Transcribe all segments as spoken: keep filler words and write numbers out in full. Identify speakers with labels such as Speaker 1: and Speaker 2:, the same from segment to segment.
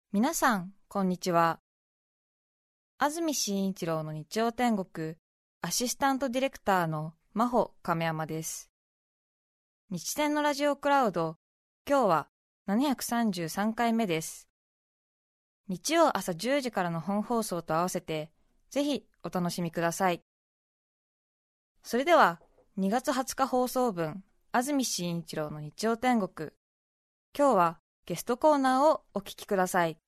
Speaker 1: 皆さんこんにちは。安住紳一郎の日曜天国アシスタントディレクターの真帆亀山です。日天のラジオクラウド、今日はななひゃくさんじゅうさんかいめです。日曜朝じゅうじからの本放送と合わせてぜひお楽しみください。それではにがつはつか放送分、安住紳一郎の日曜天国、今日はゲストコーナーをお聞きください。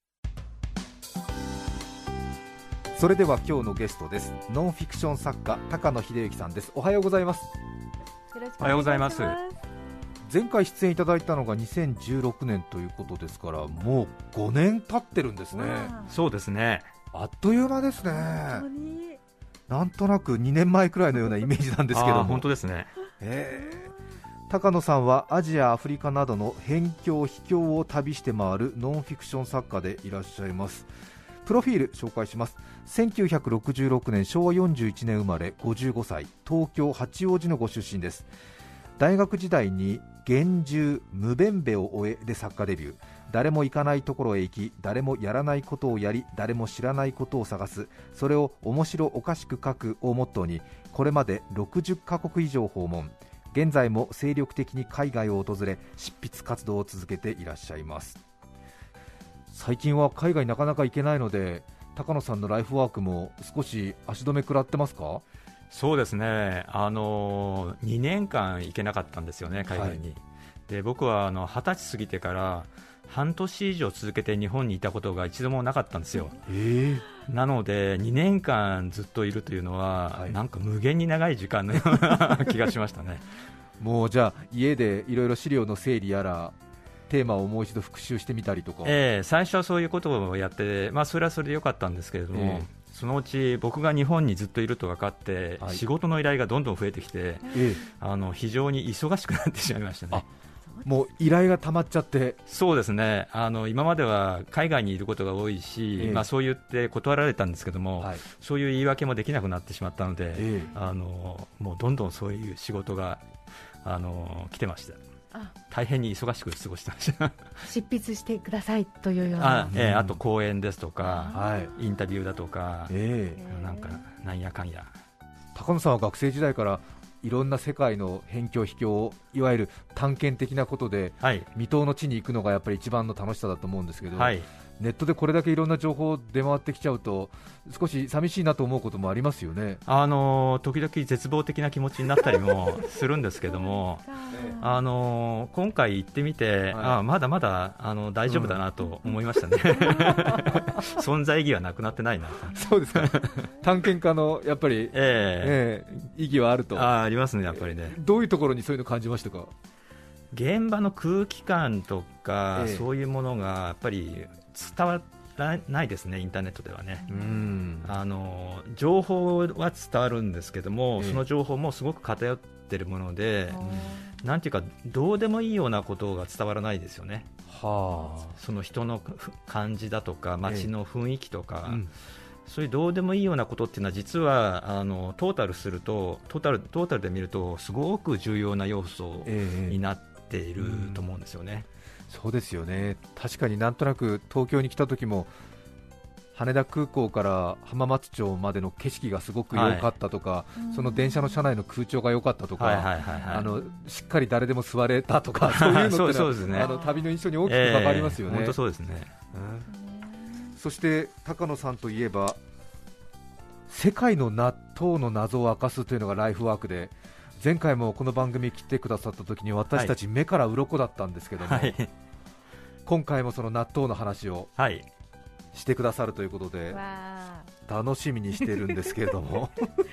Speaker 2: それでは今日のゲストです。ノンフィクション作家高野秀之さんです。おはようございます。
Speaker 3: おはようございます。
Speaker 2: 前回出演いただいたのがにせんじゅうろくねんということですから、もうごねん経ってるんですね。
Speaker 3: そうですね、
Speaker 2: あっという間ですね。なんとなくにねんまえくらいのようなイメージなんですけども。
Speaker 3: 本当ですね、
Speaker 2: えー高野さんはアジア、アフリカなどの辺境、秘境を旅して回るノンフィクション作家でいらっしゃいます。プロフィール紹介します。せんきゅうひゃくろくじゅうろくねん、しょうわよんじゅういちねん生まれ、ごじゅうごさい、東京八王子のご出身です。大学時代に幻獣ムベンベを終えで作家デビュー。誰も行かないところへ行き、誰もやらないことをやり、誰も知らないことを探す、それを面白おかしく書くをモットーに、これまでろくじゅっかこく以上訪問。現在も精力的に海外を訪れ、執筆活動を続けていらっしゃいます。最近は海外なかなか行けないので、高野さんのライフワークも少し足止め食らってますか？
Speaker 3: そうですね、あのにねんかん行けなかったんですよね、海外に、はい、で僕はあのはたち過ぎてから半年以上続けて日本にいたことが一度もなかったんですよ。
Speaker 2: えー、
Speaker 3: なのでにねんかんずっといるというのは、はい、なんか無限に長い時間のような気がしましたね。
Speaker 2: もうじゃあ家でいろいろ資料の整理やらテーマをもう一度復習してみたりとか、
Speaker 3: えー、最初はそういうことをやって、まあ、それはそれでよかったんですけれども、えー、そのうち僕が日本にずっといると分かって、はい、仕事の依頼がどんどん増えてきて、えー、あの非常に忙しくなってしまいましたね。
Speaker 2: もう依頼が溜まっちゃって。
Speaker 3: そうですね、あの今までは海外にいることが多いし、ええまあ、そう言って断られたんですけども、はい、そういう言い訳もできなくなってしまったので、え、あのもうどんどんそういう仕事があの来てました。あ大変に忙しく過ごしてました。
Speaker 4: 執筆してくださいというような
Speaker 3: あ,、ええ、あと講演ですとか、はい、インタビューだとか、ええ、なんかなんやかんや。
Speaker 2: 高野さんは学生時代からいろんな世界の辺境秘境をいわゆる探検的なことで、はい、未踏の地に行くのがやっぱり一番の楽しさだと思うんですけど、はい、ネットでこれだけいろんな情報出回ってきちゃうと少し寂しいなと思うこともありますよね。
Speaker 3: あの時々絶望的な気持ちになったりもするんですけどもあの今回行ってみて、はい、あまだまだあの大丈夫だなと思いましたね、うん、存在意義はなくなってないなと。
Speaker 2: そうですか。探検家のやっぱり、えーえー、意義はあると。
Speaker 3: あ, ありますね、やっぱりね。
Speaker 2: どういうところにそういうの感じましたか？
Speaker 3: 現場の空気感とか、えー、そういうものがやっぱり伝わらないですね、インターネットではね。うんあの情報は伝わるんですけども、えー、その情報もすごく偏っているもので、なんていうかどうでもいいようなことが伝わらないですよね。はあ、その人の感じだとか街の雰囲気とか、えーうん、そういうどうでもいいようなことっていうのは実はあのトータルするとトータル、トータルで見るとすごく重要な要素になっていると思うんですよね。
Speaker 2: えー、そうですよね。確かになんとなく東京に来た時も羽田空港から浜松町までの景色がすごく良かったとか、はい、その電車の車内の空調が良かったとか、はいはいはいはい、あのしっかり誰でも座れたとかそういうのってのはそうですね、あの旅の印象に大きく関わりますよね。
Speaker 3: えー、本当そうですね。
Speaker 2: うん、そして高野さんといえば世界の納豆の謎を明かすというのがライフワークで、前回もこの番組来てくださった時に私たち目から鱗だったんですけども、はい、今回もその納豆の話を、はいしてくださるということで楽しみにしてるんですけれども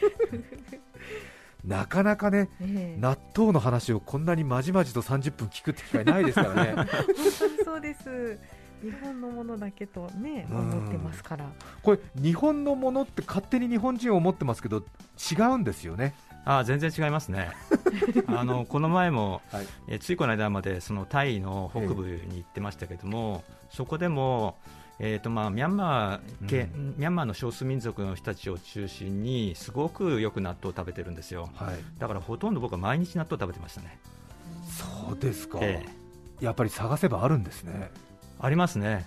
Speaker 2: なかなかね、えー、納豆の話をこんなにまじまじとさんじゅっぷん聞くって機会ないですからね。
Speaker 4: 本当そうです。日本のものだけとね思ってますから。
Speaker 2: これ日本のものって勝手に日本人を思ってますけど違うんですよね。
Speaker 3: あ全然違いますね。あのこの前も、はい、えついこの間までそのタイの北部に行ってましたけども、えー、そこでもえーとまあ、ミャンマー系、うん、ミャンマーの少数民族の人たちを中心にすごくよく納豆を食べてるんですよ、はい、だからほとんど僕は毎日納豆を食べてましたね。
Speaker 2: そうですか、えー、やっぱり探せばあるんですね。
Speaker 3: ありますね。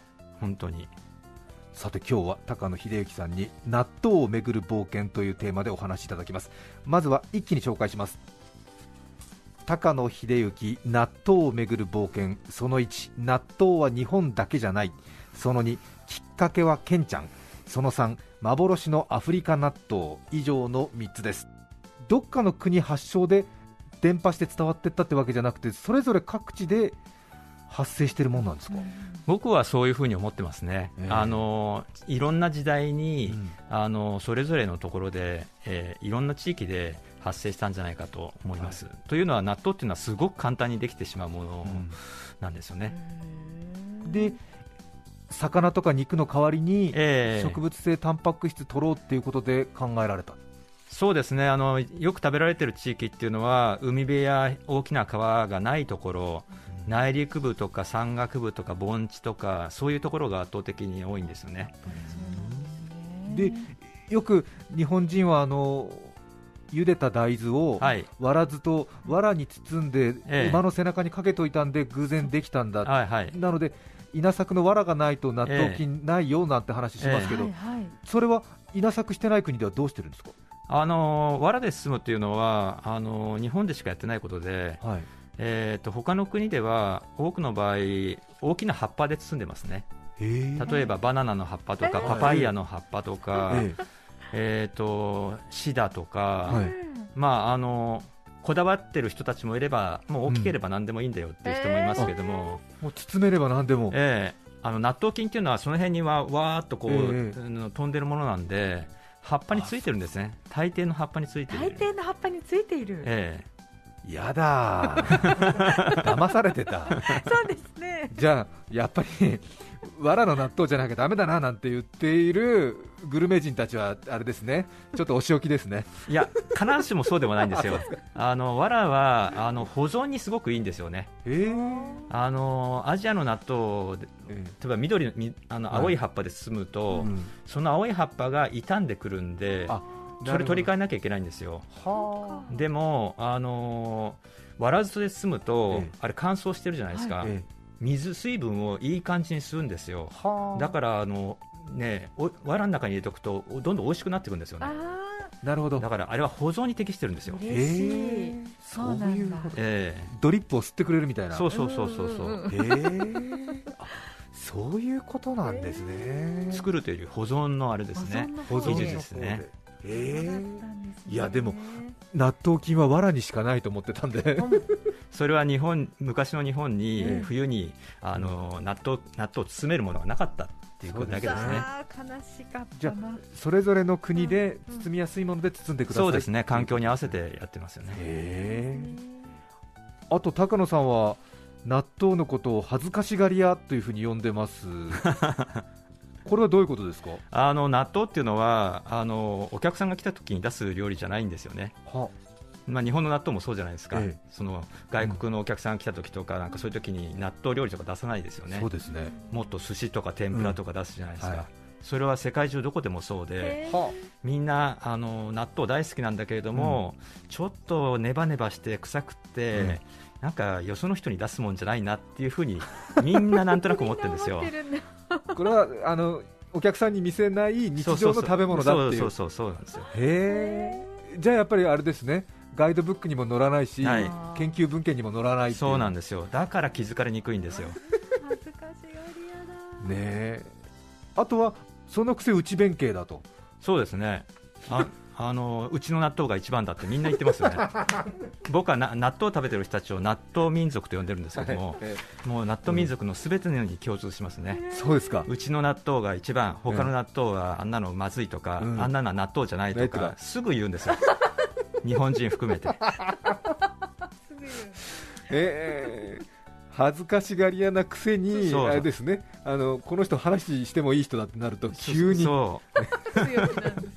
Speaker 3: 本当に。
Speaker 2: さて今日は高野秀幸さんに納豆をめぐる冒険というテーマでお話しいただきます。まずは一気に紹介します。高野秀幸納豆をめぐる冒険。そのいち、納豆は日本だけじゃない。そのに、きっかけはケンちゃん。そのさん、幻のアフリカ納豆。以上のみっつです。どっかの国発祥で伝播して伝わっていったってわけじゃなくて、それぞれ各地で発生しているものなんですか？
Speaker 3: 僕はそういうふうに思ってますね、えー、あのいろんな時代に、うん、あのそれぞれのところで、えー、いろんな地域で発生したんじゃないかと思います、はい、というのは納豆っていうのはすごく簡単にできてしまうものなんですよね、
Speaker 2: うん、で魚とか肉の代わりに植物性タンパク質取ろうっていうことで考えられた。
Speaker 3: そうですね、あのよく食べられている地域っていうのは海辺や大きな川がないところ、うん、内陸部とか山岳部とか盆地とかそういうところが圧倒的に多いんですよね。
Speaker 2: でよく日本人はあの茹でた大豆をわらずとわらに包んで馬の背中にかけといたんで偶然できたんだ、はいはい、なので稲作のわらがないと納豆菌ないよなんて話しますけど、えーはいはい、それは稲作してない国ではどうしてるんですか？
Speaker 3: あの藁で包むというのはあの日本でしかやってないことで、はい、えー、と他の国では多くの場合大きな葉っぱで包んでますね。例えばバナナの葉っぱとかパパイヤの葉っぱとか、えーえー、とシダとか、はい、まあ、あのこだわってる人たちもいればもう大きければ何でもいいんだよっていう人もいますけども、
Speaker 2: うん、もう包めれば何でも、
Speaker 3: えー、あの納豆菌っていうのはその辺にはわーっとこう、えー、飛んでるものなんで葉っぱについてるんですね。大抵の葉っぱについている。
Speaker 4: 大抵の葉っぱについている、
Speaker 3: え
Speaker 2: え、やだ騙されてた
Speaker 4: そうですね。
Speaker 2: じゃあやっぱり藁の納豆じゃなきゃダメだななんて言っているグルメ人たちはあれですね、ちょっとお仕置きですね。
Speaker 3: いや必ずしもそうでもないんですよ。あの藁はあの保存にすごくいいんですよね。えー、あのアジアの納豆で、えー、例えば緑みあの青い葉っぱで包むと、はい、うん、その青い葉っぱが傷んでくるんで、それ取り替えなきゃいけないんですよ。はでもあのわらずとで包むと、えー、あれ乾燥してるじゃないですか、はい、えー水水分をいい感じにするんですよ。だからあの、ね、わらの中に入れておくとどんどん美味しくなっていくんですよね。
Speaker 2: なるほど。
Speaker 3: だからあれは保存に適してるんですよ。
Speaker 2: へー、そういうこと、えー、ドリップを吸ってくれるみたいな。
Speaker 3: そうそうそうそうそう。
Speaker 2: へーそういうことなんですね。
Speaker 3: 作るというより保存のあれですね。
Speaker 2: 保存
Speaker 3: 技術ですね。
Speaker 2: へー、いやでも納豆菌は藁にしかないと思ってたんで
Speaker 3: それは日本昔の日本に冬にあの納豆納豆を包めるものがなかったっていうことだけですね。
Speaker 4: 悲しかったな。
Speaker 2: じゃあそれぞれの国で包みやすいもので包んでください。
Speaker 3: そうですね、環境に合わせてやってますよね。
Speaker 2: へー。あと高野さんは納豆のことを恥ずかしがり屋というふうに呼んでますこれはどういうことですか？
Speaker 3: あの納豆っていうのはあのお客さんが来た時に出す料理じゃないんですよね。は、まあ、日本の納豆もそうじゃないですか、ええ、その外国のお客さんが来た時とか、うん、なんかそういう時に納豆料理とか出さないですよね。
Speaker 2: そうですね。
Speaker 3: もっと寿司とか天ぷらとか出すじゃないですか、うん、はい、それは世界中どこでもそうで、みんなあの納豆大好きなんだけれども、うん、ちょっとネバネバして臭くて、うん、なんかよその人に出すもんじゃないなっていうふうにみんななんとなく思ってるんですよ
Speaker 2: これはあのお客さんに見せない日常の食べ物だっていう。
Speaker 3: そうそうそうそうなんですよ。
Speaker 2: へー。じゃあやっぱりあれですね、ガイドブックにも載らないし、はい、研究文献にも載らないっていう。
Speaker 3: そうなんですよ。だから気づかれにくいんですよ
Speaker 4: 恥ずかしがり屋だね
Speaker 2: え。あとはそのくせ内弁慶だと。
Speaker 3: そうですね。ああのうちの納豆が一番だってみんな言ってますよね僕はな納豆を食べてる人たちを納豆民族と呼んでるんですけども、はい、もう納豆民族のすべてのように共通しますね、
Speaker 2: うん、そうですか。
Speaker 3: うちの納豆が一番、他の納豆はあんなのまずいとか、うん、あんなのは納豆じゃないとか、すぐ言うんですよ日本人含めてす
Speaker 4: ぐ言う、
Speaker 2: えー恥ずかしがり屋なくせにあれですね、あのこの人話してもいい人だってなると急に
Speaker 4: そうそう強気なんですね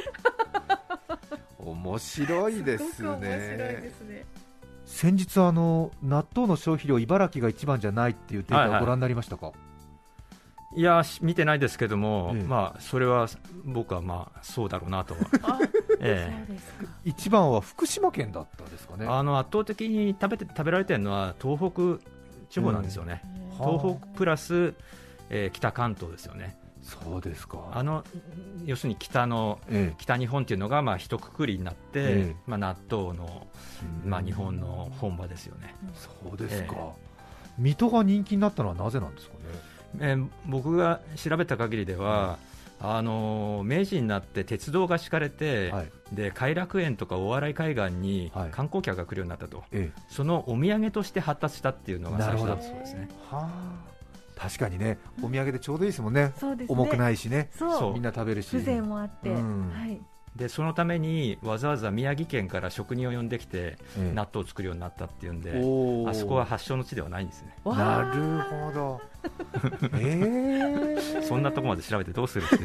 Speaker 2: 面白いですね。
Speaker 4: すごく面白いですね。
Speaker 2: 先日あの納豆の消費量茨城が一番じゃないっていうデータをご覧になりましたか？
Speaker 3: はいはい、いや見てないですけども、ええ、まあ、それは僕はまあそうだろうなとあ、ええ、そうですか。
Speaker 2: 一番は福島県だったんですかね。
Speaker 3: あの圧倒的に食べて食べられてるのは東北地方なんですよね、うん、東北プラス、 えー、北関東ですよね。
Speaker 2: そうですか。
Speaker 3: あの要するに北の、ええ、北日本っていうのがまあ一括りになって、ええまあ、納豆の、まあ、日本の本場ですよね。
Speaker 2: そうですか、ええ、水戸が人気になったのはなぜなんですかね。
Speaker 3: えー、僕が調べた限りでは、うん、あの明治になって鉄道が敷かれて、はい、で偕楽園とか大洗海岸に観光客が来るようになったと、はい、そのお土産として発達したっていうのが最初だったそうですね。
Speaker 2: はあ、確かにね、お土産でちょうどいいですもんね。
Speaker 4: そうですね、
Speaker 2: 重くないしね、
Speaker 4: そう
Speaker 2: みんな食べるし、
Speaker 4: 風情もあって、うん
Speaker 3: はい、でそのためにわざわざ宮城県から職人を呼んできて、ええ、納豆を作るようになったっていうんで、あそこは発祥の地ではないんですね。
Speaker 2: なるほどえー、
Speaker 3: そんなとこまで調べてどうするって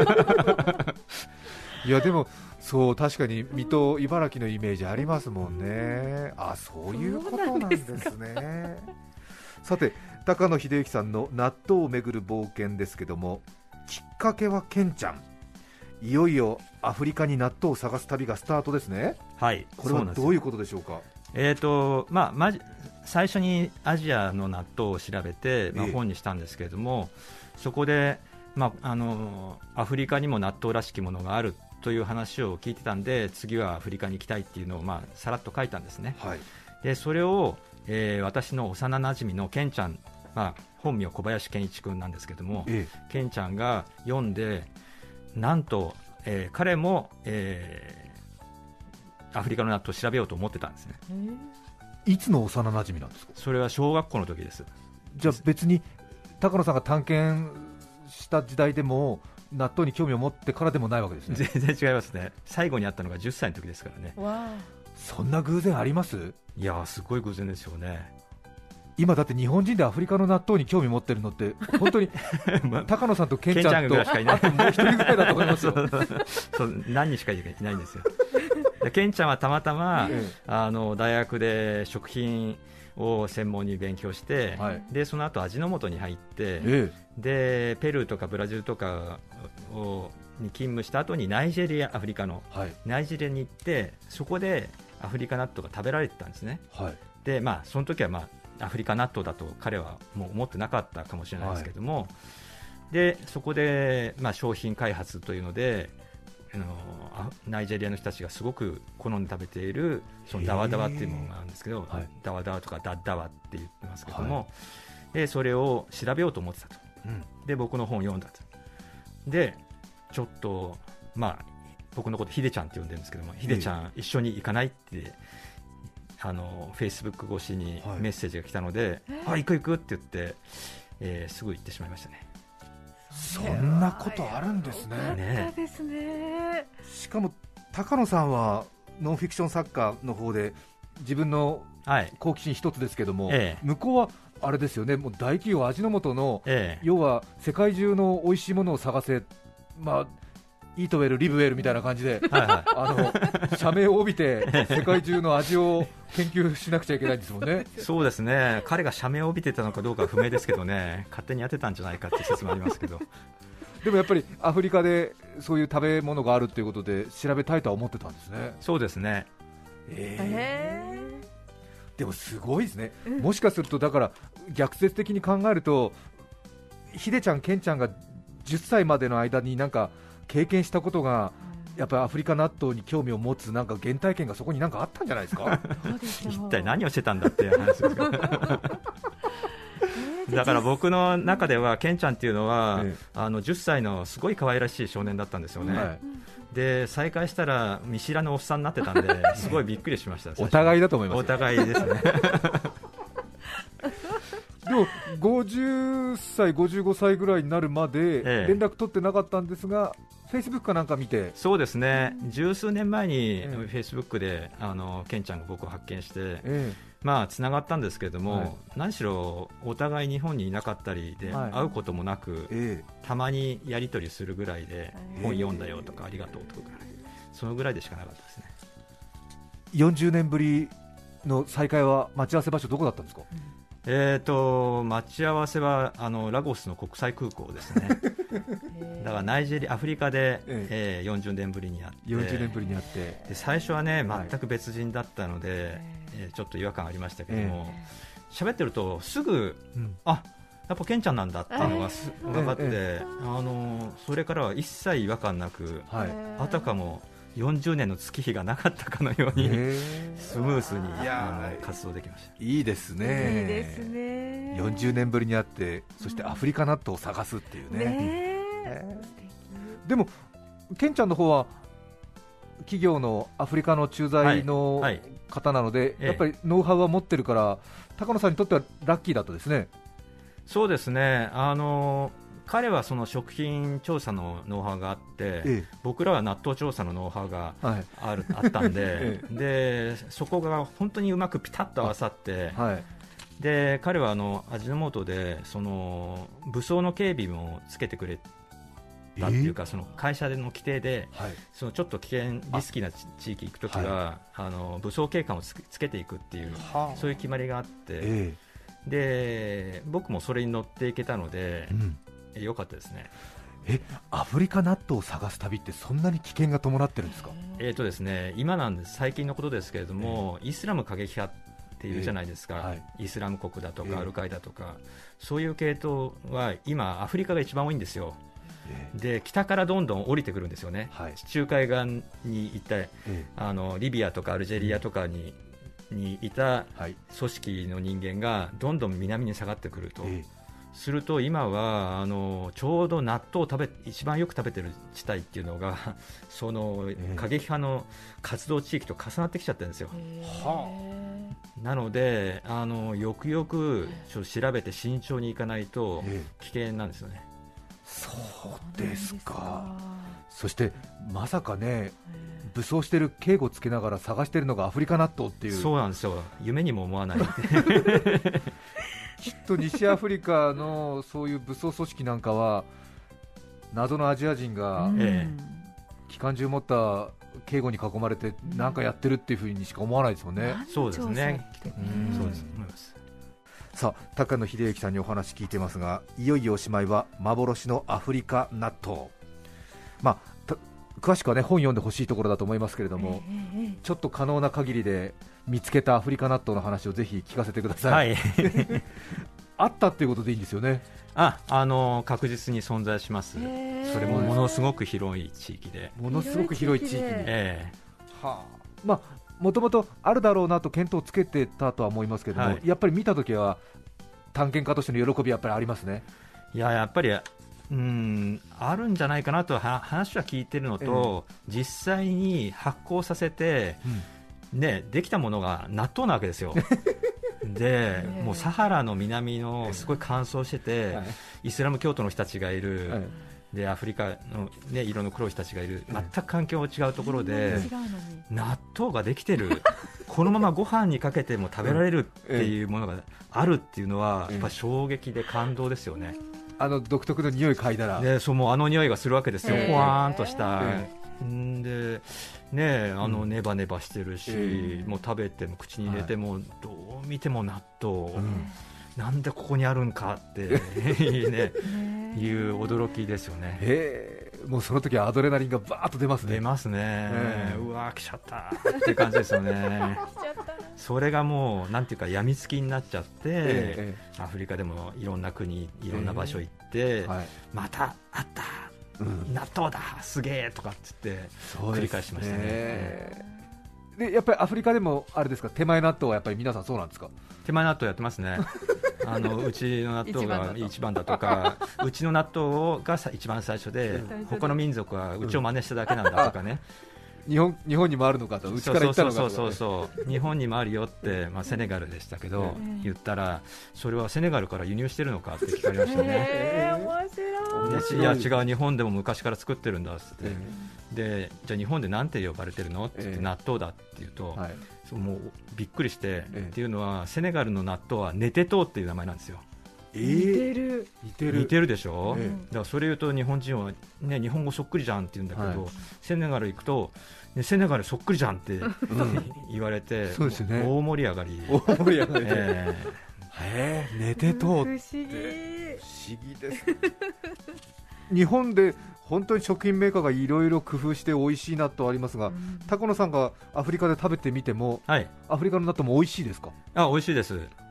Speaker 2: いやでもそう確かに水戸茨城のイメージありますもんね。あ、そういうことなんですね。さて高野秀幸さんの納豆をめぐる冒険ですけども、きっかけはケンちゃん、いよいよアフリカに納豆を探す旅がスタートですね。
Speaker 3: はい、
Speaker 2: これはどういうことでしょうか。
Speaker 3: えーとまあ、ま最初にアジアの納豆を調べて、まあ、本にしたんですけれども、ええ、そこで、まあ、あのアフリカにも納豆らしきものがあるという話を聞いてたんで、次はアフリカに行きたいっていうのを、まあ、さらっと書いたんですね。はい、でそれを、えー、私の幼なじみのケンちゃん、まあ、本名小林健一君なんですけども、ええ、ケンちゃんが読んで、なんと、えー、彼も、えー、アフリカの納豆を調べようと思ってたんですね。
Speaker 2: いつの幼なじみなんですか。
Speaker 3: それは小学校の時です。
Speaker 2: じゃあ別に高野さんが探検した時代でも納豆に興味を持ってからでもないわけですね。
Speaker 3: 全然違いますね。最後に会ったのがじゅっさいの時ですからね。
Speaker 4: わ
Speaker 2: そんな偶然あります？
Speaker 3: いやすごい偶然ですよね。
Speaker 2: 今だって日本人でアフリカの納豆に興味持ってるのって本当に高野さんとケンちゃんとあともう一人ぐらいだと思いますよ。
Speaker 3: そう何人しかいないんですよ。ケンちゃんはたまたま、ええ、あの大学で食品を専門に勉強して、はい、でその後味の素に入って、ええ、でペルーとかブラジルとかをに勤務した後にナイジェリア、アフリカの、はい、ナイジェリアに行って、そこでアフリカ納豆が食べられてたんですね。はい、でまあ、その時は、まあ、アフリカ納豆だと彼はもう思ってなかったかもしれないですけども、はい、でそこで、まあ、商品開発というのであのナイジェリアの人たちがすごく好んで食べているそのダワダワっていうものがあるんですけど、はい、ダワダワとかダッダワって言ってますけども、はい、でそれを調べようと思ってたと、うん、で僕の本を読んだと。でちょっと、まあ、僕のことヒデちゃんって呼んでるんですけども、ヒデちゃん一緒に行かないってあのフェイスブック越しにメッセージが来たので、はい、あ行く行くって言って、えー、すぐ行ってしまいましたね。
Speaker 2: そんなことあるんですね。
Speaker 4: ねですね。
Speaker 2: しかも高野さんはノンフィクション作家の方で自分の好奇心一つですけども、はい、向こうはあれですよね、もう大企業味の素の、ええ、要は世界中の美味しいものを探せ、まあイートウェルリブウェルみたいな感じで、はいはい、あの社名を帯びて世界中の味を研究しなくちゃいけないんですもんね。
Speaker 3: そうですね、彼が社名を帯びてたのかどうかは不明ですけどね、勝手にやってたんじゃないかっていう説もありますけど
Speaker 2: でもやっぱりアフリカでそういう食べ物があるということで調べたいとは思ってたんですね。
Speaker 3: そうですね、
Speaker 2: えー、でもすごいですね。もしかするとだから逆説的に考えるとヒデちゃん、ケンちゃんがじゅっさいまでの間になんか経験したことがやっぱりアフリカ納豆に興味を持つなんか原体験がそこになんかあったんじゃないですか
Speaker 3: 一体何をしてたんだっていう話ですかだから僕の中ではケンちゃんっていうのは、ええ、あのじゅっさいのすごい可愛らしい少年だったんですよね、はい、で再会したら見知らぬおっさんになってたんですごいびっくりしました
Speaker 2: お互いだと思います。
Speaker 3: お互いですね
Speaker 2: でもごじゅっさい、ごじゅうごさいぐらいになるまで連絡取ってなかったんですが、フェイスブックかなんか見て。
Speaker 3: そうですね、十数年前にフェイスブックであのケンちゃんが僕を発見して、ええ、まあつながったんですけれども、はい、何しろお互い日本にいなかったりで、はい、会うこともなく、ええ、たまにやり取りするぐらいで、ええ、本読んだよとかありがとうとか、そのぐらいでしかなかったですね。
Speaker 2: よんじゅうねんぶりの再会は待ち合わせ場所どこだったんですか？うん
Speaker 3: えー、と待ち合わせはあのラゴスの国際空港ですねだからナイジェリア、アフリカで、ええー、よんじゅうねんぶりに会って、
Speaker 2: よんじゅうねんぶりに会って
Speaker 3: で最初はね全く別人だったので、はい、えー、ちょっと違和感ありましたけども、喋ってるとすぐ、うん、あやっぱケンちゃんなんだっていうのがす分かって、
Speaker 2: ええ
Speaker 3: あのそれからは一切違和感なく、
Speaker 2: はい、
Speaker 3: あたかもよんじゅうねんの月日がなかったかのようにスムースに
Speaker 2: いや
Speaker 3: あの活動できました。
Speaker 2: いいですね。
Speaker 4: いいですね。
Speaker 2: よんじゅうねんぶりに会って、そしてアフリカ納豆を探すっていうね。
Speaker 4: ね
Speaker 2: えー、でもケンちゃんの方は企業のアフリカの駐在の方なので、はいはい、やっぱりノウハウは持ってるから、高野さんにとってはラッキーだったですね。
Speaker 3: そうですね、あの彼はその食品調査のノウハウがあって、ええ、僕らは納豆調査のノウハウがある、はい、あったんで、ええ、でそこが本当にうまくピタッと合わさって、はい、で彼はあの味の素でその武装の警備もつけてくれたっていうか、えー、その会社での規定で、はい、そのちょっと危険リスキーな地域行くときは、はい、あの武装警官をつけ、つけていくっていう、はあ、そういう決まりがあって、えー、で僕もそれに乗っていけたので、うん良かったですね。
Speaker 2: え、アフリカ納豆を探す旅ってそんなに危険が伴ってるんですか？
Speaker 3: えーとですね、今なんです、最近のことですけれども、えー、イスラム過激派っていうじゃないですか、えーはい、イスラム国だとか、えー、アルカイダとかそういう系統は今アフリカが一番多いんですよ。えー、で北からどんどん降りてくるんですよね、はい、地中海岸にいた、えー、あのリビアとかアルジェリアとかに、うん、にいた組織の人間がどんどん南に下がってくると、えーすると今はあのちょうど納豆を食べ一番よく食べてる地帯っていうのがその過激派の活動地域と重なってきちゃってるんですよ。なのであのよくよくちょっと調べて慎重にいかないと危険なんですよね。
Speaker 2: そうですか。そしてまさかね武装してる警護つけながら探してるのがアフリカ納豆っていう。
Speaker 3: そうなんですよ。夢にも思わない
Speaker 2: きっと西アフリカのそういう武装組織なんかは謎のアジア人が機関銃持った警護に囲まれて何かやってるっていうふうにしか思わないですもんね。
Speaker 3: そうですね。うんそうです思います。
Speaker 2: さあ高野秀幸さんにお話聞いてますが、いよいよおしまいは幻のアフリカ納豆、まあ、詳しくは、ね、本読んでほしいところだと思いますけれども、えーえー、ちょっと可能な限りで見つけたアフリカ納豆の話をぜひ聞かせてください、はい、あったっていうことでいいんですよね。
Speaker 3: あ、あの確実に存在します。それもものすごく広い地域で
Speaker 2: ものすごく広い地域に、
Speaker 3: え
Speaker 2: ーはあ、まあもともとあるだろうなと見当をつけてたとは思いますけども、はい、やっぱり見たときは探検家としての喜びはやっぱりありますね。
Speaker 3: いややっぱりうんあるんじゃないかなとは話は聞いてるのと、えー、実際に発酵させて、うんね、できたものが納豆なわけですよで、えー、もうサハラの南のすごい乾燥してて、はい、イスラム教徒の人たちがいる、はい、でアフリカの、ね、色の黒い人たちがいる、全く環境が違うところで、納豆ができてるこのままご飯にかけても食べられるっていうものがあるっていうのはやっぱ衝撃で感動ですよね。
Speaker 2: あの独特の匂い嗅いだら、
Speaker 3: ね、そうもうあの匂いがするわけですよ。ほわーんとした、んでね、あのネバネバしてるし、うん、もう食べても口に入れても、はい、どう見ても納豆、うん、なんでここにあるんかって、ね、いう驚きですよね。
Speaker 2: へー、もうその時はアドレナリンがバーッと出ますね。
Speaker 3: 出ますね。うわー来ちゃったって感じですよねそれがもうなんていうか病みつきになっちゃって、えー、アフリカでもいろんな国いろんな場所行って、えーはい、またあった、うん、納豆だすげえとかって言って繰り返しましたね。
Speaker 2: でやっぱりアフリカでもあれですか、手前納豆はやっぱり皆さんそうなんですか？
Speaker 3: 手前納豆やってますねあのうちの納豆が一番だとかうちの納豆が一番最初で他の民族はうちを真似しただけなんだとかね、
Speaker 2: うん、日本, 日本にもあるのかと、うちから言ったのかとか、ね、そうそうそうそう日本にもあるよって、まあ、セネガルでしたけど、えー、言ったらそれはセネガルから輸入してるのかって聞かれましたね。
Speaker 4: えー、面白い。
Speaker 3: いや違う、日本でも昔から作ってるんだって、えー、でじゃあ日本でなんて呼ばれてるのって言って、えー、納豆だって言うと、はい、そうもうびっくりして、えー、っていうのはセネガルの納豆はネテトウっていう名前なんですよ。
Speaker 2: えー、似てる
Speaker 3: 似てる似てるでしょ、えー、だからそれ言うと日本人は、ね、日本語そっくりじゃんって言うんだけど、はい、セネガル行くと、ね、セネガルそっくりじゃんって、うん、言われてそうです、ね、大盛り上がり
Speaker 2: 大盛り上がり、えー、へーネテトウって不思議不思議です日本で本当に食品メーカーがいろいろ工夫して美味しい納豆ありますが、うん、高野さんがアフリカで食べてみても、はい、アフリカの納豆も美味しいですか？
Speaker 3: あ、美味しいです。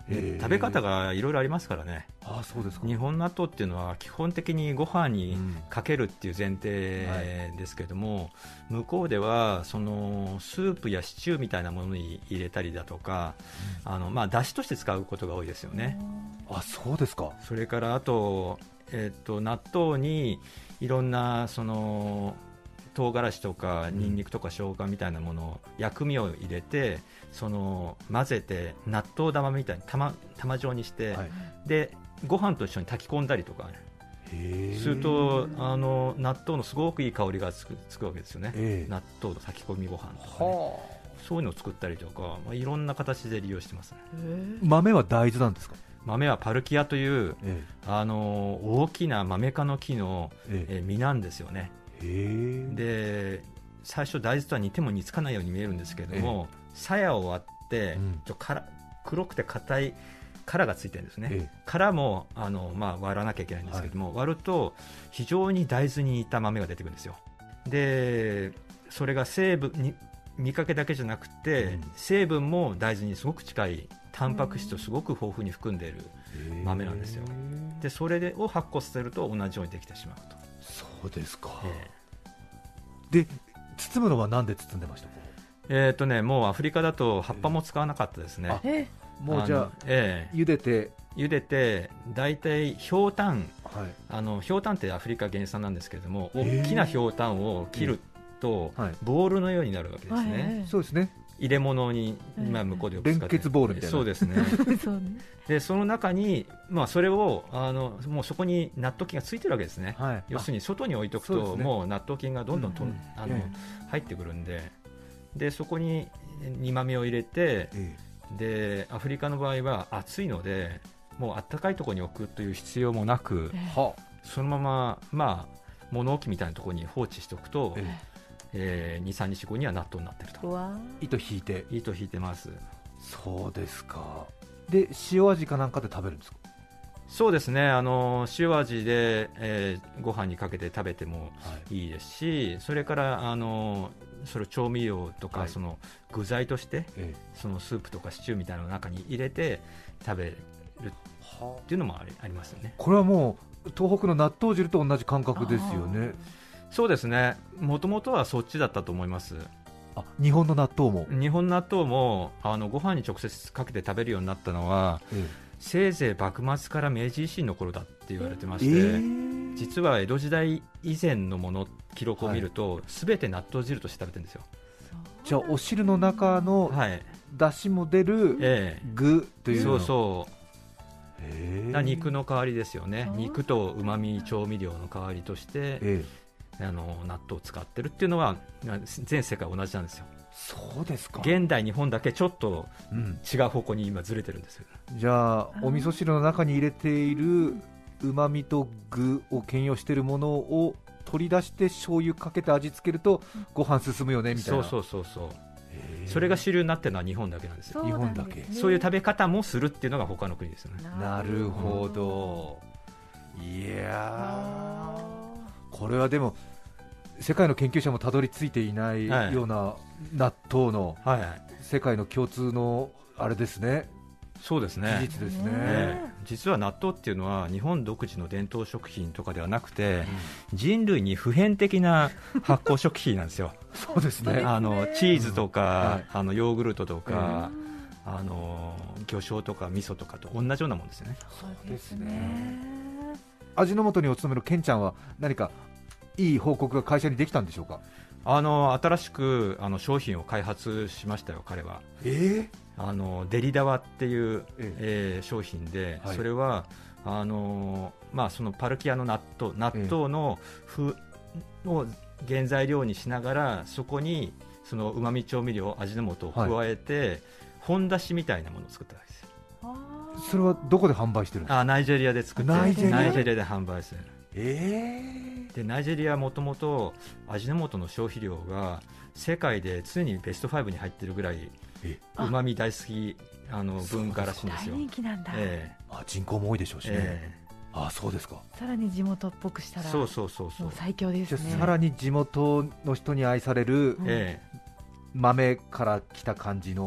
Speaker 3: 食べ方がいろいろありますからね。
Speaker 2: あ、そうですか。
Speaker 3: 日本納豆っていうのは基本的にご飯にかけるっていう前提ですけども、うん、はい、向こうではそのスープやシチューみたいなものに入れたりだとか、うん、あのまあ出汁として使うことが多いですよね。
Speaker 2: あ、そうですか。
Speaker 3: それからあと、えー、と納豆にいろんなその唐辛子とかニンニクとか生姜みたいなものを、薬味を入れてその混ぜて納豆玉みたいに 玉, 玉状にして、はい、でご飯と一緒に炊き込んだりとか、ね、するとあの納豆のすごくいい香りがつ く, つくわけですよね。納豆の炊き込みご飯とか、ね、そういうのを作ったりとか、まあ、いろんな形で利用してますね。
Speaker 2: 豆は大豆なんですか？
Speaker 3: 豆はパルキアという、ええ、あの大きな豆科の木の、ええ、実なんですよね。で最初大豆とは似ても似つかないように見えるんですけれども、鞘を割って、うん、ちょから黒くて硬い殻がついてるんですね、ええ、殻もあの、まあ、割らなきゃいけないんですけども、はい、割ると非常に大豆に似た豆が出てくるんですよ。でそれが成分に見かけだけじゃなくて、うん、成分も大豆にすごく近いタンパク質をすごく豊富に含んでいる豆なんですよ。でそれを発酵させると同じようにできてしまうと。
Speaker 2: そうですか、えー、で包むのは何で包んでましたか？
Speaker 3: えーとね、もうアフリカだと葉っぱも使わなかったですね。
Speaker 2: えー、もうじゃあ、えー、茹でて
Speaker 3: 茹でてだいたいひょうたん、はい、あのひょうたんってアフリカ原産なんですけれども、大きなひょうたんを切ると、えーはい、ボールのようになるわけですね、はい、
Speaker 2: そうですね。
Speaker 3: 入れ物に、まあ、向こうでよく使って
Speaker 2: 連結ボールみたいな。
Speaker 3: そうですねでその中に、まあ、それをあのもうそこに納豆菌がついてるわけですね、はい、要するに外に置いとくと、ね、もう納豆菌がどんどんと、うんうん、あの入ってくるんで、でそこに煮豆を入れて、ええ、でアフリカの場合は暑いのでもうあったかいところに置くという必要もなく、ええ、そのまま、まあ、物置みたいなところに放置しておくと、えええー、に、さんにちごには納豆になってると。
Speaker 2: 糸引いて
Speaker 3: 糸引いてます。
Speaker 2: そうですか。で塩味かなんかで食べるんですか？
Speaker 3: そうですね、あの塩味で、えー、ご飯にかけて食べてもいいですし、はい、それからあのそれ調味料とか、はい、その具材として、ええ、そのスープとかシチューみたいなの中に入れて食べるっていうのもあり、ありますよね。
Speaker 2: これはもう東北の納豆汁と同じ感覚ですよね。
Speaker 3: そうですね、もともとはそっちだったと思います。
Speaker 2: あ、日本の納豆も
Speaker 3: 日本納豆もあのご飯に直接かけて食べるようになったのは、ええ、せいぜい幕末から明治維新の頃だって言われてまして、えー、実は江戸時代以前のもの記録を見ると、はい、全て納豆汁として食べてるんですよ。
Speaker 2: じゃあお汁の中の出汁も出る具というの、
Speaker 3: そうそう、えー、肉の代わりですよね。肉とうまみ調味料の代わりとして、えーあの納豆を使ってるっていうのは全世界同じなんですよ。
Speaker 2: そうですか。
Speaker 3: 現代日本だけちょっと違う方向に今ずれてるんですよ、
Speaker 2: うん、じゃあお味噌汁の中に入れているうまみと具を兼用しているものを取り出して醤油かけて味付けるとご飯進むよねみたいな。
Speaker 3: そうそうそうそう、それが主流になってるのは日本だけなんですよ。
Speaker 2: 日本だけ。
Speaker 3: そういう食べ方もするっていうのが他の国ですよね。
Speaker 2: なるほど。いやこれはでも世界の研究者もたどり着いていないような納豆の世界の共通のあれですね。
Speaker 3: そうですね、
Speaker 2: 事実ですね、
Speaker 3: えー、実は納豆っていうのは日本独自の伝統食品とかではなくて、うん、人類に普遍的な発酵食品なんですよ。
Speaker 2: そうですね、
Speaker 3: あのチーズとか、うんはい、あのヨーグルトとか、うん、あの魚醤とか味噌とかと同じようなもんですね。
Speaker 2: そうですね。味の素にお勤めるケンちゃんは何かいい報告が会社にできたんでしょうか？
Speaker 3: あの新しくあの商品を開発しましたよ、彼は。
Speaker 2: えー、あ
Speaker 3: のデリダワっていう、ええー、商品で、はい、それはあの、まあ、そのパルキアの納豆、納豆の風を原材料にしながら、そこにそのうまみ調味料、味の素を加えて、はい、本だしみたいなものを作ったわけですよ。
Speaker 2: それはどこで販売してるんですか？
Speaker 3: あ、ナイジェリアで作って、ナイジェリア、ナイジェリアで販売してる。
Speaker 2: えー、
Speaker 3: でナイジェリアはもともと味の素の消費量が世界で常にベストファイブに入っているぐらいうまみ大好きあの文化らしいんですよ。
Speaker 4: 大人気なんだ、
Speaker 2: えー、あ人口も多いでしょうしね、えー、あそうですか。
Speaker 4: さらに地元っぽくしたら
Speaker 3: そうそうそうそう、
Speaker 4: もう最強ですね。
Speaker 2: じゃさらに地元の人に愛される、うん、豆から来た感じの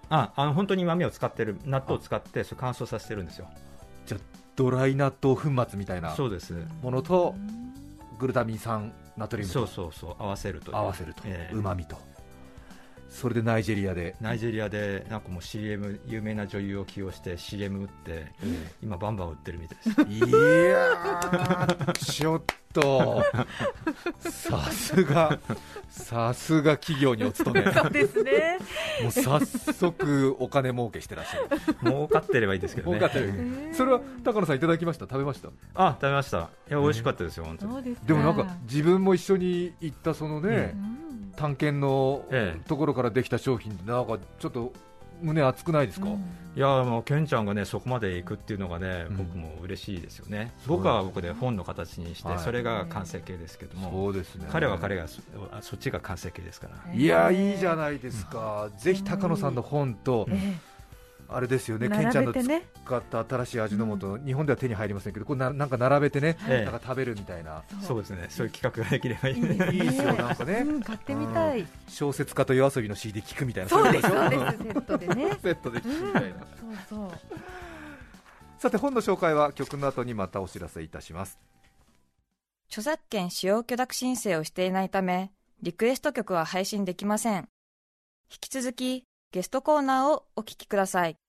Speaker 3: ああの本当に豆を使ってる、納豆を使ってそれ乾燥させてるんですよ。
Speaker 2: じゃあドライ納豆粉末みたいな
Speaker 3: そうです
Speaker 2: ものとグルタミン酸ナトリウムと
Speaker 3: そうそうそう合わせると
Speaker 2: 合わせると、
Speaker 3: えー、
Speaker 2: うまみと。それでナイジェリアで
Speaker 3: ナイジェリアでなんかもう シーエム 有名な女優を起用して シーエム 打って、えー、今バンバン売ってるみたいです。
Speaker 2: いやーちょっとさすがさすが企業にお勤め。
Speaker 4: そうですね。
Speaker 2: もう早速お金儲けしてらっしゃる。
Speaker 3: 儲かってればいいですけどね。
Speaker 2: 儲かってる。それは高野さんいただきました？食べました？
Speaker 3: あ、食べました。いや美味しかったですよ、本当に。
Speaker 4: で,
Speaker 2: でもなんか自分も一緒に行ったそのね、うん、探検のところからできた商品でなんかちょっと胸熱くないですか？うん、
Speaker 3: いやもうケンちゃんがねそこまで行くっていうのがね、うん、僕も嬉しいですよね。僕は僕で本の形にして、はい、それが完成形ですけども、
Speaker 2: そうですね、
Speaker 3: 彼は彼が そ, そっちが完成形ですから。
Speaker 2: いやいいじゃないですか、うん、ぜひ高野さんの本と、うん、あれですよね、ケンちゃんの使った新しい味の素、うん、日本では手に入りませんけど、これ な, なんか並べてね、ええ、なんか食べるみたいな。
Speaker 3: そうですね、そういう企画ができればいいね。
Speaker 2: いいですよ、なんかね、
Speaker 4: うん、買ってみたい、うん、
Speaker 2: 小説家と夜遊びの シーディー 聞くみたいな。
Speaker 4: そうです、そうです、セットでね
Speaker 2: セットで聞くみたいな、うん、そうそう。さて本の紹介は曲の後にまたお知らせいたします。
Speaker 1: 著作権使用許諾申請をしていないためリクエスト曲は配信できません。引き続きゲストコーナーをお聞きください。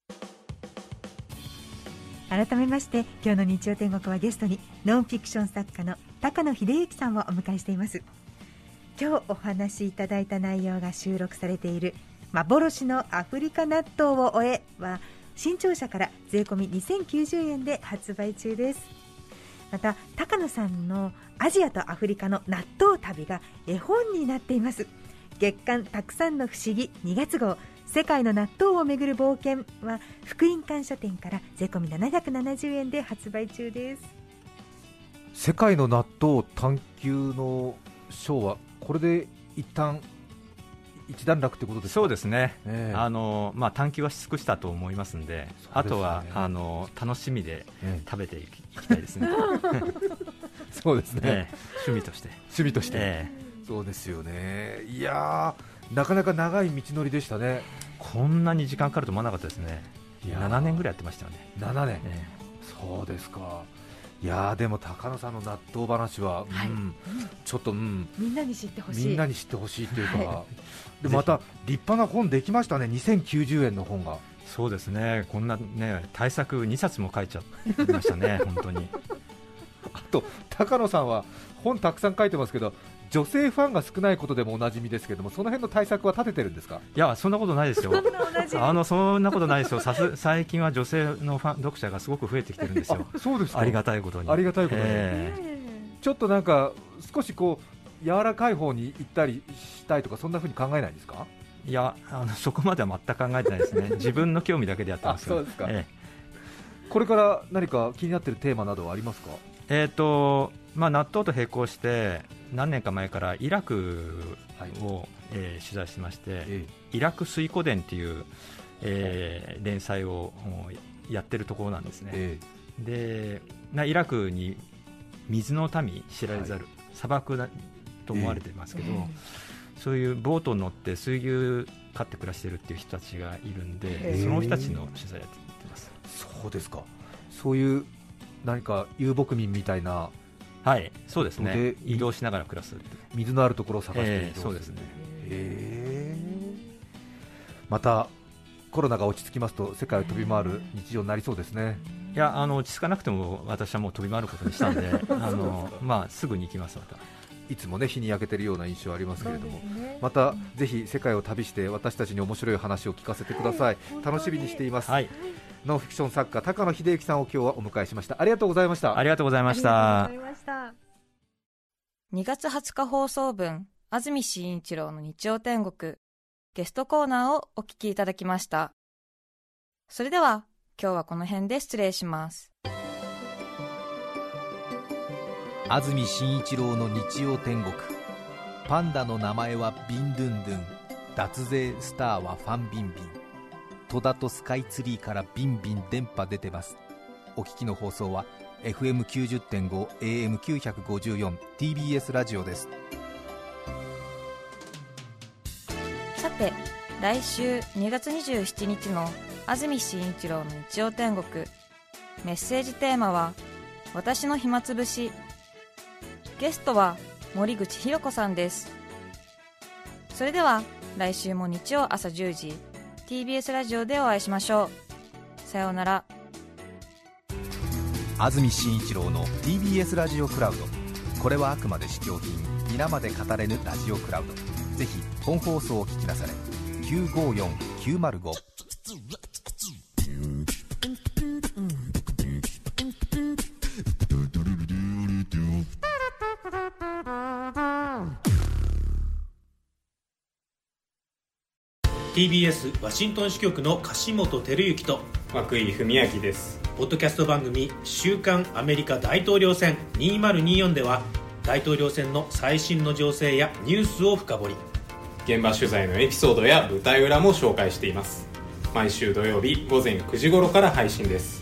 Speaker 5: 改めまして今日の日曜天国はゲストにノンフィクション作家の高野秀之さんをお迎えしています。今日お話しいただいた内容が収録されている幻のアフリカ納豆を終えは新潮社から税込みにせんきゅうじゅうえんで発売中です。また高野さんのアジアとアフリカの納豆旅が絵本になっています。月刊たくさんの不思議にがつ号世界の納豆をめぐる冒険は福音館書店から税込みななひゃくななじゅうえんで発売中です。
Speaker 2: 世界の納豆探求の章はこれで一旦一段落ということですか？
Speaker 3: そうですね、えーあのまあ、探求はし尽くしたと思いますの で, で、ね、あとはあの楽しみで食べてい き,、えー、いきたいですね
Speaker 2: そうですね、
Speaker 3: えー、趣味として
Speaker 2: 趣味として、
Speaker 3: え
Speaker 2: ー、そうですよね。いやーなかなか長い道のりでしたね。
Speaker 3: こんなに時間かかると思わなかったですね。ななねんぐらいやってましたよね。
Speaker 2: ななねん、えー、そうですか。いやでも高野さんの納豆話は、はい、うん、ちょっと、うん、
Speaker 4: みんなに知ってほしい
Speaker 2: みんなに知ってほしいというか、はい、でまた立派な本できましたね。にせんきゅうじゅうえんの本が。
Speaker 3: そうですね、こんなね大作にさつも書いちゃいましたね本当に。
Speaker 2: あと高野さんは本たくさん書いてますけど女性ファンが少ないことでもおなじみですけれども、その辺の対策は立ててるんですか？
Speaker 3: いやそんなことないですよあのそんなことないですよ。さす最近は女性のファン読者がすごく増えてきてるんですよ。
Speaker 2: あ、そうですか。
Speaker 3: ありがたいことに。
Speaker 2: ありがたいことに、えー、ちょっとなんか少しこう柔らかい方に行ったりしたいとかそんな風に考えないですか？
Speaker 3: いやあのそこまでは全く考えてないですね自分の興味だけでやってますよ。
Speaker 2: あ、そうですか、
Speaker 3: え
Speaker 2: ー、これから何か気になっているテーマなどはありますか？
Speaker 3: えーとまあ、納豆と並行して何年か前からイラクを、はい、えー、取材してまして、ええ、イラク水湖伝という、えー、連載をやってるところなんですね、ええ、でイラクに水の民知られざる、はい、砂漠だと思われてますけど、ええ、そういうボートに乗って水牛飼って暮らしているっていう人たちがいるんで、ええ、その人たちの取材やってます。
Speaker 2: そうですか。そういう何か遊牧民みたいな。
Speaker 3: はい、そうですね。移動しながら暮らす。
Speaker 2: 水のあるところを探して移動する、
Speaker 3: えー、そうですね。
Speaker 2: えー、またコロナが落ち着きますと世界を飛び回る日常になりそうですね。
Speaker 3: いやあの落ち着かなくても私はもう飛び回ることにしたんであの、まあ、すぐに行きます。また
Speaker 2: いつも、ね、日に焼けてるような印象ありますけれども、ね、またぜひ世界を旅して私たちに面白い話を聞かせてください、はい、楽しみにしています、はい。ノンフィクション作家高野秀之さんを今日はお迎えしました。ありがとうございました。
Speaker 3: ありがとうございました。
Speaker 1: にがつはつか放送分安住紳一郎の日曜天国ゲストコーナーをお聞きいただきました。それでは今日はこの辺で失礼します。
Speaker 6: 安住紳一郎の日曜天国。パンダの名前はビンドゥンドゥン、脱税スターはファンビンビン、戸田とスカイツリーからビンビン電波出てます。お聞きの放送は エフエムきゅうじゅってんご エーエムきゅうごよん ティービーエス ラジオです。
Speaker 1: さて来週にがつにじゅうしちにちの安住紳一郎の日曜天国、メッセージテーマは私の暇つぶし。ゲストは森口博子さんです。それでは来週も日曜朝じゅうじ ティービーエス ラジオでお会いしましょう。さようなら。
Speaker 6: 安住紳一郎の ティービーエス ラジオクラウド。これはあくまで試供品、皆まで語れぬラジオクラウド。ぜひ本放送を聞きなされ。きゅうごよんきゅうまるご。
Speaker 7: ティービーエス ワシントン支局の樫本照之と
Speaker 8: 涌井文明です。
Speaker 7: ポッドキャスト番組週刊アメリカ大統領選にせんにじゅうよんでは大統領選の最新の情勢やニュースを深掘り、
Speaker 8: 現場取材のエピソードや舞台裏も紹介しています。毎週土曜日午前くじ頃から配信です。